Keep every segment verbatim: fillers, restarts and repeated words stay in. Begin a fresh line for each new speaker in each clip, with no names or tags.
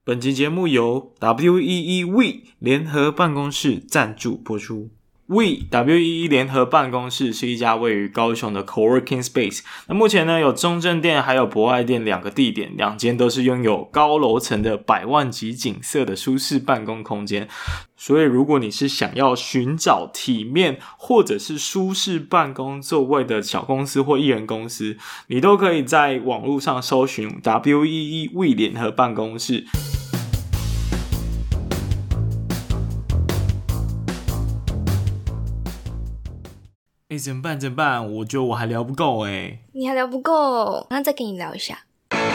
本集节目由 W E E We 联合办公室赞助播出。We W E E 联合办公室是一家位于高雄的 Coworking Space。那目前呢，有中正店还有博爱店两个地点，两间都是拥有高楼层的百万级景色的舒适办公空间。所以如果你是想要寻找体面或者是舒适办公座位的小公司或艺人公司，你都可以在网络上搜寻 W E E We 联合办公室。欸，怎么办怎么办，我觉得我还聊不够欸。
你还聊不够，那再跟你聊一下。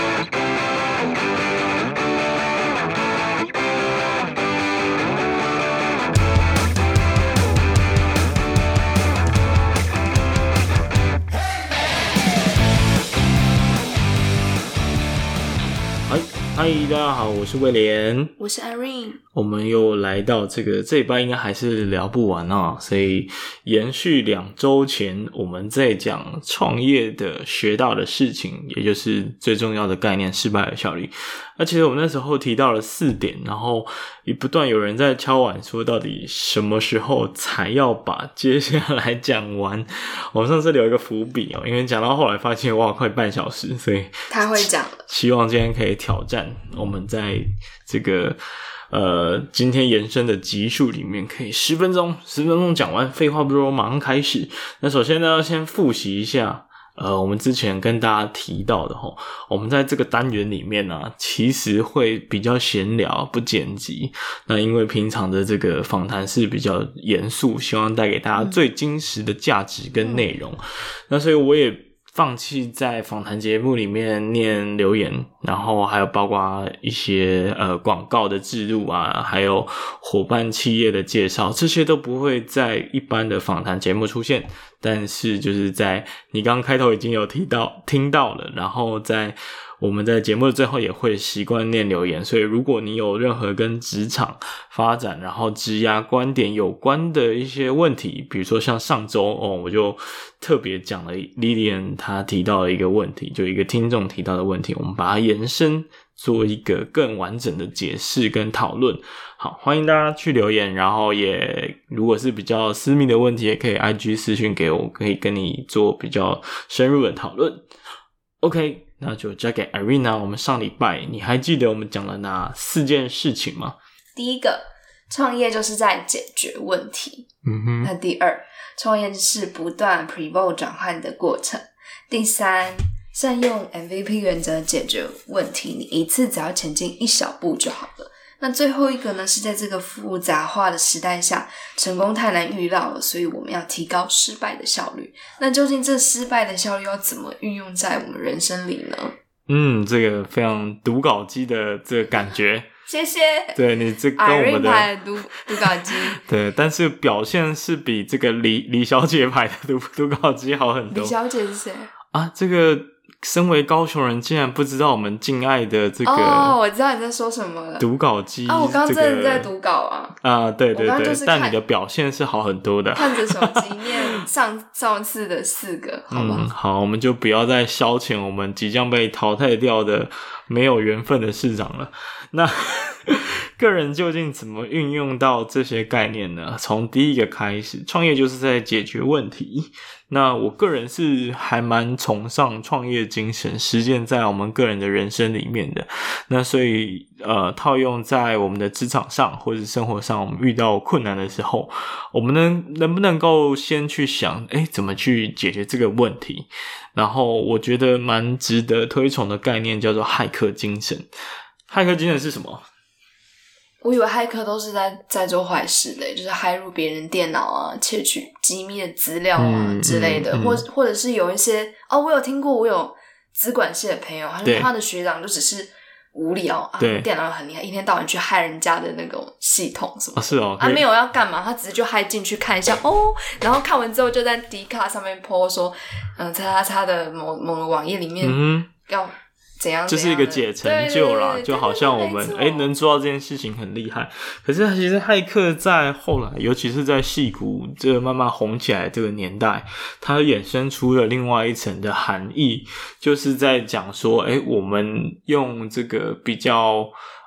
嗨，大家好，我是威廉，
我是 Irene。
我们又来到这个这一班，应该还是聊不完啊，所以延续两周前我们在讲创业的学到的事情，也就是最重要的概念——失败的效率。那其实我们那时候提到了四点，然后也不断有人在敲碗说，到底什么时候才要把接下来讲完？我上次留一个伏笔哦，因为讲到后来发现哇，快半小时，所以
他会讲了。
希望今天可以挑战，我们在这个呃今天延伸的集数里面，可以十分钟十分钟讲完。废话不多，马上开始。那首先呢，先复习一下。呃，我们之前跟大家提到的齁，我们在这个单元里面呢、啊，其实会比较闲聊，不剪辑。那因为平常的这个访谈是比较严肃，希望带给大家最精实的价值跟内容。嗯、那所以我也放弃在访谈节目里面念留言，然后还有包括一些呃广告的置入啊，还有伙伴企业的介绍，这些都不会在一般的访谈节目出现。但是就是在你刚刚开头已经有提到听到了，然后在我们在节目的最后也会习惯念留言，所以如果你有任何跟职场发展然后职涯观点有关的一些问题，比如说像上周哦，我就特别讲了 Lilian 她提到的一个问题，就一个听众提到的问题，我们把它延伸做一个更完整的解释跟讨论。好，欢迎大家去留言，然后也如果是比较私密的问题，也可以 I G 私讯给我，可以跟你做比较深入的讨论。OK， 那就交给 Irene。 我们上礼拜你还记得我们讲了哪四件事情吗？
第一个，创业就是在解决问题。
嗯哼。
那第二，创业是不断 pivot 转换的过程。第三，善用 M V P 原则解决问题，你一次只要前进一小步就好了。那最后一个呢，是在这个复杂化的时代下，成功太难预料了，所以我们要提高失败的效率。那究竟这失败的效率要怎么运用在我们人生里呢？
嗯，这个非常读稿机的这个感觉。
谢谢。
对，你这跟我们的
Irene 读读稿机
对，但是表现是比这个李李小姐牌的读读稿机好很多。
李小姐是谁
啊？这个身为高雄人，竟然不知道我们敬爱的这个
哦，我知道你在说什么了。
读稿机
啊，我刚刚真的在
这个
读稿啊。
啊，对对对，
就是
但你的表现是好很多的。
看着手机念上上次的四个，好吗？
嗯，好，我们就不要再消遣我们即将被淘汰掉的没有缘分的市长了。那个人究竟怎么运用到这些概念呢？从第一个开始，创业就是在解决问题。那我个人是还蛮崇尚创业精神实践在我们个人的人生里面的。那所以呃，套用在我们的职场上或者生活上，我们遇到困难的时候，我们能能不能够先去想，诶，怎么去解决这个问题？然后我觉得蛮值得推崇的概念叫做骇客精神。骇客精神是什么？
我以为骇客都是在在做坏事的，就是骇入别人电脑啊，窃取机密的资料啊、嗯、之类的，嗯嗯、或或者是有一些哦，我有听过，我有资管系的朋友，他说他的学长就只是无聊啊，电脑很厉害，一天到晚去骇人家的那种系统什么的，
啊是哦，
啊没有要干嘛，他只是就骇进去看一下哦，然后看完之后就在 D 卡上面 po 说，嗯，叉叉叉的某某个网页里面要。嗯怎样怎样
就是一个解成就啦，
对对对对，
就好像我们诶能做到这件事情很厉害。可是其实骇客在后来，尤其是在矽谷这个慢慢红起来这个年代，它衍生出了另外一层的含义，就是在讲说，诶我们用这个比较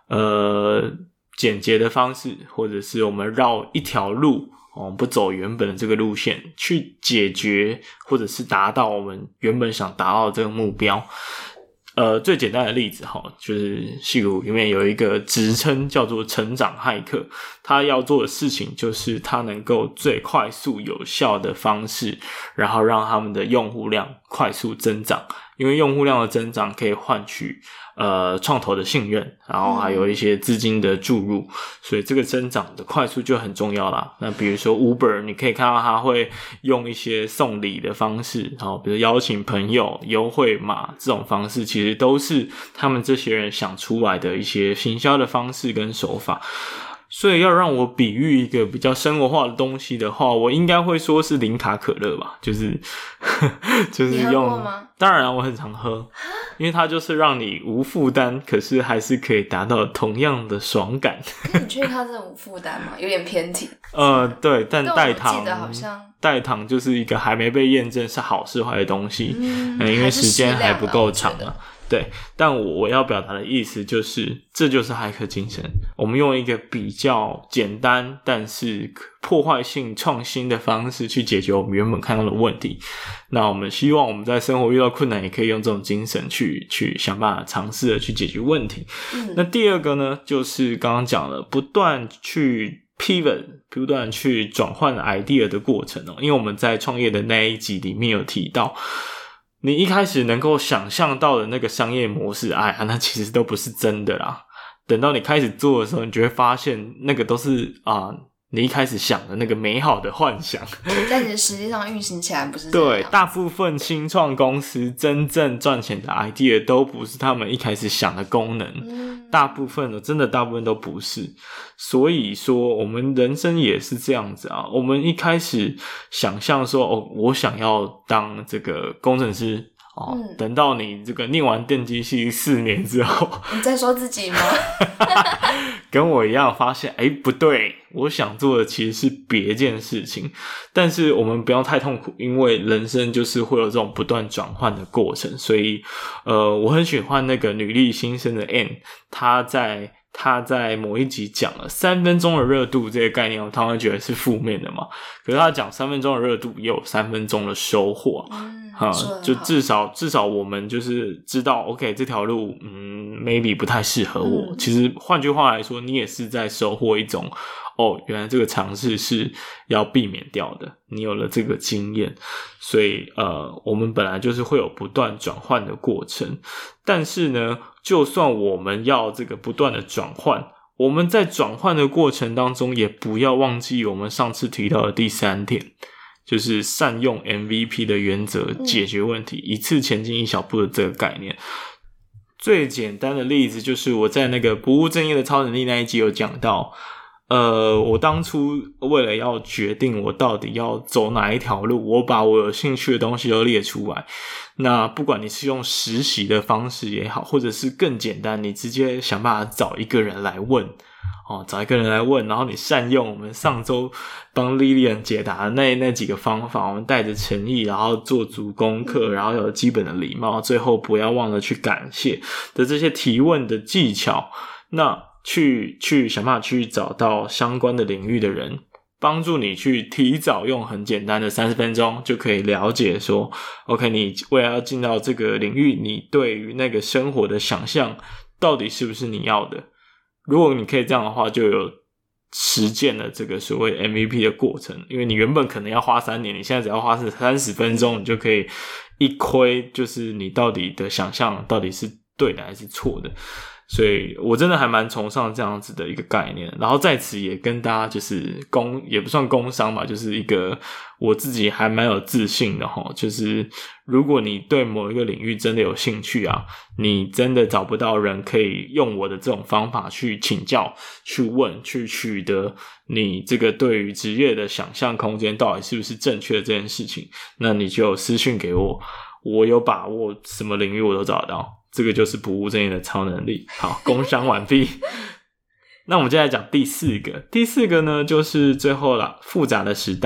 呃简洁的方式，或者是我们绕一条路哦，不走原本的这个路线去解决，或者是达到我们原本想达到的这个目标。呃，最简单的例子哈，就是矽谷里面有一个职称叫做成长骇客，他要做的事情就是他能够最快速有效的方式，然后让他们的用户量快速增长，因为用户量的增长可以换取呃创投的信任，然后还有一些资金的注入，所以这个增长的快速就很重要啦。那比如说 Uber， 你可以看到他会用一些送礼的方式，然后比如邀请朋友、优惠码这种方式，其实都是他们这些人想出来的一些行销的方式跟手法。所以要让我比喻一个比较生活化的东西的话，我应该会说是零卡可乐吧，就是就是用，
你喝过吗？
当然我很常喝，因为它就是让你无负担，可是还是可以达到同样的爽感。
可你确定它真的无负担吗？有点偏题。
呃，对，但代糖，
但我记得好像
代糖就是一个还没被验证是好是坏的东西，
嗯
呃、因为时间还不够长
啊。
对，但我我要表达的意思就是，这就是骇客精神。我们用一个比较简单，但是破坏性创新的方式去解决我们原本看到的问题。那我们希望我们在生活遇到困难，也可以用这种精神去去想办法尝试的去解决问题。嗯、那第二个呢，就是刚刚讲了，不断去pivot 不断去转换 idea 的过程哦。因为我们在创业的那一集里面有提到，你一开始能够想象到的那个商业模式，哎呀，那其实都不是真的啦。等到你开始做的时候，你就会发现那个都是啊、呃，你一开始想的那个美好的幻想，
但是实际上运行起来不是这样。
对，大部分新创公司真正赚钱的 idea 都不是他们一开始想的功能，嗯、大部分的真的大部分都不是。所以说，我们人生也是这样子啊。我们一开始想象说，哦，我想要当这个工程师。哦、嗯，等到你这个念完电机系四年之后，
你在说自己吗？
跟我一样发现，诶，不对，我想做的其实是别件事情。但是我们不要太痛苦，因为人生就是会有这种不断转换的过程。所以，呃，我很喜欢那个女力新生的 Anne， 她在他在某一集讲了三分钟的热度这个概念，我常常觉得是负面的嘛。可是他讲三分钟的热度，也有三分钟的收获。嗯，哈、嗯，就至少至少我们就是知道 ，OK， 这条路，嗯 ，maybe 不太适合我。嗯、其实换句话来说，你也是在收获一种，哦，原来这个尝试是要避免掉的。你有了这个经验，所以呃，我们本来就是会有不断转换的过程。但是呢，就算我们要这个不断的转换，我们在转换的过程当中，也不要忘记我们上次提到的第三点，就是善用 M V P 的原则解决问题，嗯、一次前进一小步的这个概念。最简单的例子就是我在那个不务正业的超能力那一集有讲到，呃，我当初为了要决定我到底要走哪一条路，我把我有兴趣的东西都列出来。那不管你是用实习的方式也好，或者是更简单，你直接想办法找一个人来问，哦，找一个人来问，然后你善用我们上周帮 Lilian 解答的那那几个方法，我们带着诚意，然后做足功课，然后有基本的礼貌，最后不要忘了去感谢的这些提问的技巧，那去去想办法去找到相关的领域的人，帮助你去提早用很简单的三十分钟就可以了解说 OK， 你为了要进到这个领域，你对于那个生活的想象到底是不是你要的。如果你可以这样的话，就有实践了这个所谓 M V P 的过程。因为你原本可能要花三年，你现在只要花三十分钟，你就可以一窥就是你到底的想象到底是对的还是错的。所以我真的还蛮崇尚这样子的一个概念，然后在此也跟大家就是工也不算工商吧，就是一个我自己还蛮有自信的齁，就是如果你对某一个领域真的有兴趣啊，你真的找不到人可以用我的这种方法去请教、去问、去取得你这个对于职业的想象空间到底是不是正确的这件事情，那你就私讯给我，我有把握什么领域我都找得到。这个就是不务正业的超能力。好，工商完毕。那我们接下来讲第四个，第四个呢，就是最后啦，复杂的时代，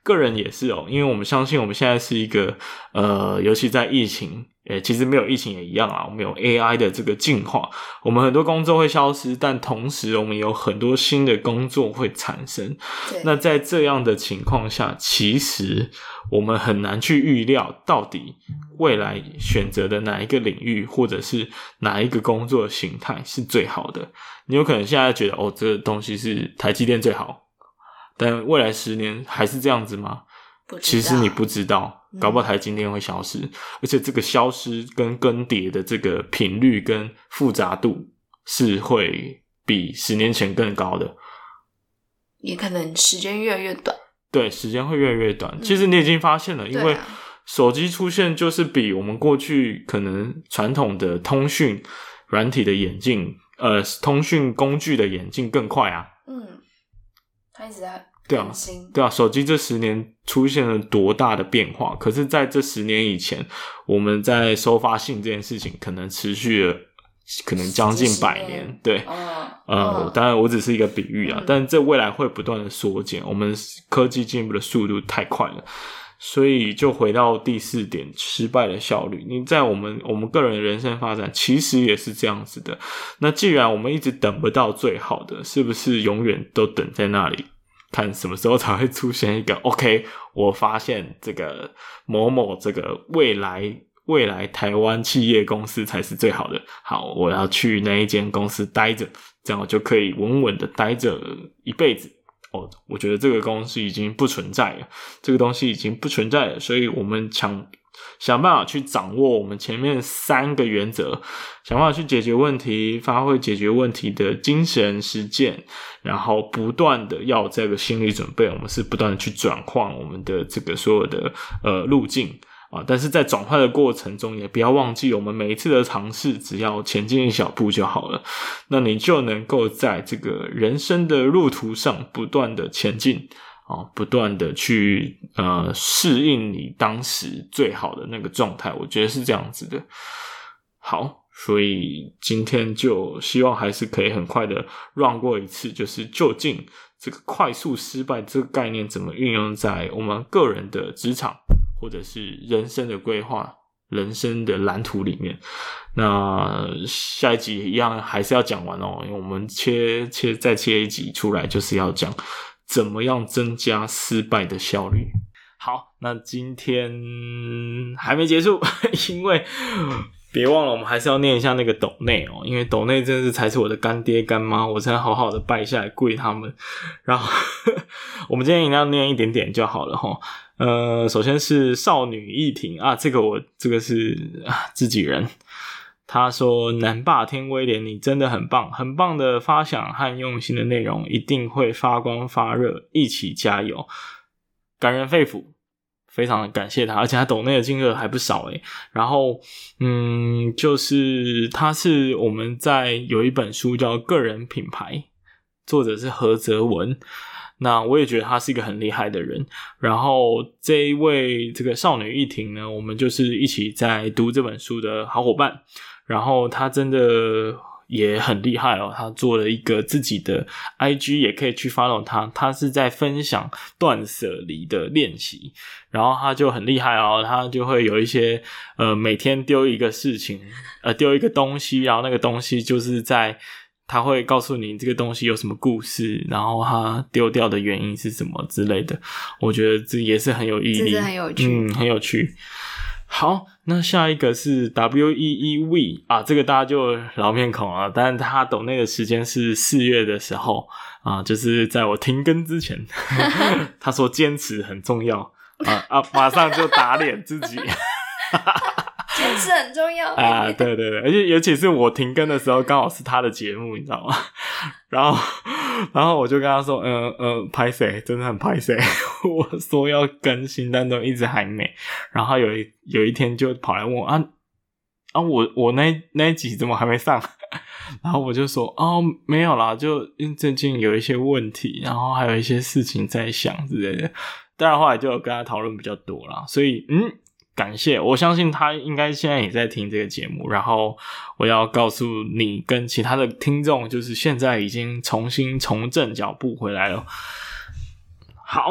个人也是哦，因为我们相信我们现在是一个呃，尤其在疫情，诶，其实没有疫情也一样啊，我们有 A I 的这个进化，我们很多工作会消失，但同时我们有很多新的工作会产生。那在这样的情况下，其实我们很难去预料到底未来选择的哪一个领域或者是哪一个工作的形态是最好的。你有可能现在觉得哦，这个东西是台积电最好，但未来十年还是这样子吗？其实你不知道，搞不好台积电会消失，嗯，而且这个消失跟更迭的这个频率跟复杂度是会比十年前更高的，
也可能时间越来越短。
对，时间会越来越短，嗯，其实你已经发现了，因为手机出现就是比我们过去可能传统的通讯软体的演进，呃，通讯工具的演进更快啊。嗯，
它一直在
对啊，对啊，手机这十年出现了多大的变化？可是在这十年以前，我们在收发信这件事情可能持续了可能将近百年，对，哦，呃，当然我只是一个比喻啊，嗯，但这未来会不断的缩减，我们科技进步的速度太快了，所以就回到第四点，失败的效率。你在我们我们个人的人生发展其实也是这样子的。那既然我们一直等不到最好的，是不是永远都等在那里？看什么时候才会出现一个 OK， 我发现这个某某这个未来未来台湾企业公司才是最好的，好，我要去那一间公司待着，这样我就可以稳稳的待着一辈子。哦，我觉得这个公司已经不存在了，这个东西已经不存在了，所以我们想想办法去掌握我们前面三个原则，想办法去解决问题，发挥解决问题的精神实践，然后不断的要这个心理准备，我们是不断的去转换我们的这个所有的呃路径啊，但是在转换的过程中也不要忘记我们每一次的尝试只要前进一小步就好了，那你就能够在这个人生的路途上不断的前进啊，不断的去呃适应你当时最好的那个状态，我觉得是这样子的。好，所以今天就希望还是可以很快的 run 过一次，就是究竟这个快速失败这个概念怎么运用在我们个人的职场或者是人生的规划、人生的蓝图里面。那下一集一样还是要讲完哦，因为我们切切再切一集出来，就是要讲怎么样增加失败的效率。好，那今天还没结束，因为别忘了我们还是要念一下那个斗内哦，因为斗内真的是才是我的干爹干妈，我才好好的拜下来跪他们。然后我们今天一定要念一点点就好了齁。呃，首先是少女议婷啊，这个我这个是啊自己人。他说南霸天威廉你真的很棒，很棒的发想和用心的内容，一定会发光发热，一起加油，感人肺腑，非常的感谢他，而且他抖内的金额还不少诶。然后嗯，就是他是我们在有一本书叫个人品牌，作者是何泽文，那我也觉得他是一个很厉害的人。然后这一位这个少女议婷呢，我们就是一起在读这本书的好伙伴，然后他真的也很厉害哦，他做了一个自己的 I G， 也可以去 follow 他，他是在分享断舍离的练习，然后他就很厉害哦，他就会有一些呃每天丢一个事情，呃丢一个东西，然后那个东西就是在他会告诉你这个东西有什么故事，然后他丢掉的原因是什么之类的，我觉得这也是很有意义，
这是很有趣，
嗯，很有趣。好，那下一个是 W E E V 啊，这个大家就老面孔了，但是他抖内的时间是四月的时候啊，就是在我停更之前，他说坚持很重要啊啊，马上就打脸自己。
坚持很重要
啊，对对对，而且尤其是我停更的时候，刚好是他的节目，你知道吗？然后，然后我就跟他说，呃呃，拍谁，真的很拍谁，我说要更新，但都一直还没。然后有一有一天就跑来问我啊啊，我我那那一集怎么还没上？然后我就说哦，没有啦，就因为最近有一些问题，然后还有一些事情在想之类的。当然后来就有跟他讨论比较多啦，所以嗯。感谢，我相信他应该现在也在听这个节目，然后我要告诉你跟其他的听众，就是现在已经重新重振脚步回来了。好，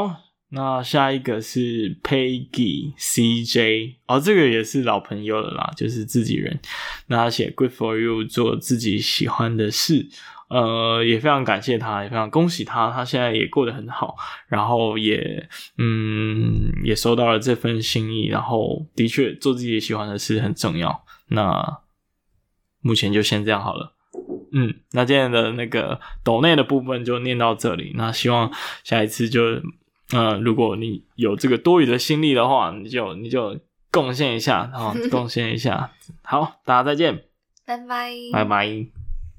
那下一个是 Peggy C J， 哦，这个也是老朋友了啦，就是自己人。那他写 Good for you， 做自己喜欢的事，呃，也非常感谢他，也非常恭喜他，他现在也过得很好，然后也嗯也收到了这份心意，然后的确做自己喜欢的事很重要。那目前就先这样好了。嗯，那今天的那个抖内的部分就念到这里，那希望下一次就呃，如果你有这个多余的心力的话，你就你就贡献一下，然后贡献一下。好，大家再见，
拜拜，
拜拜。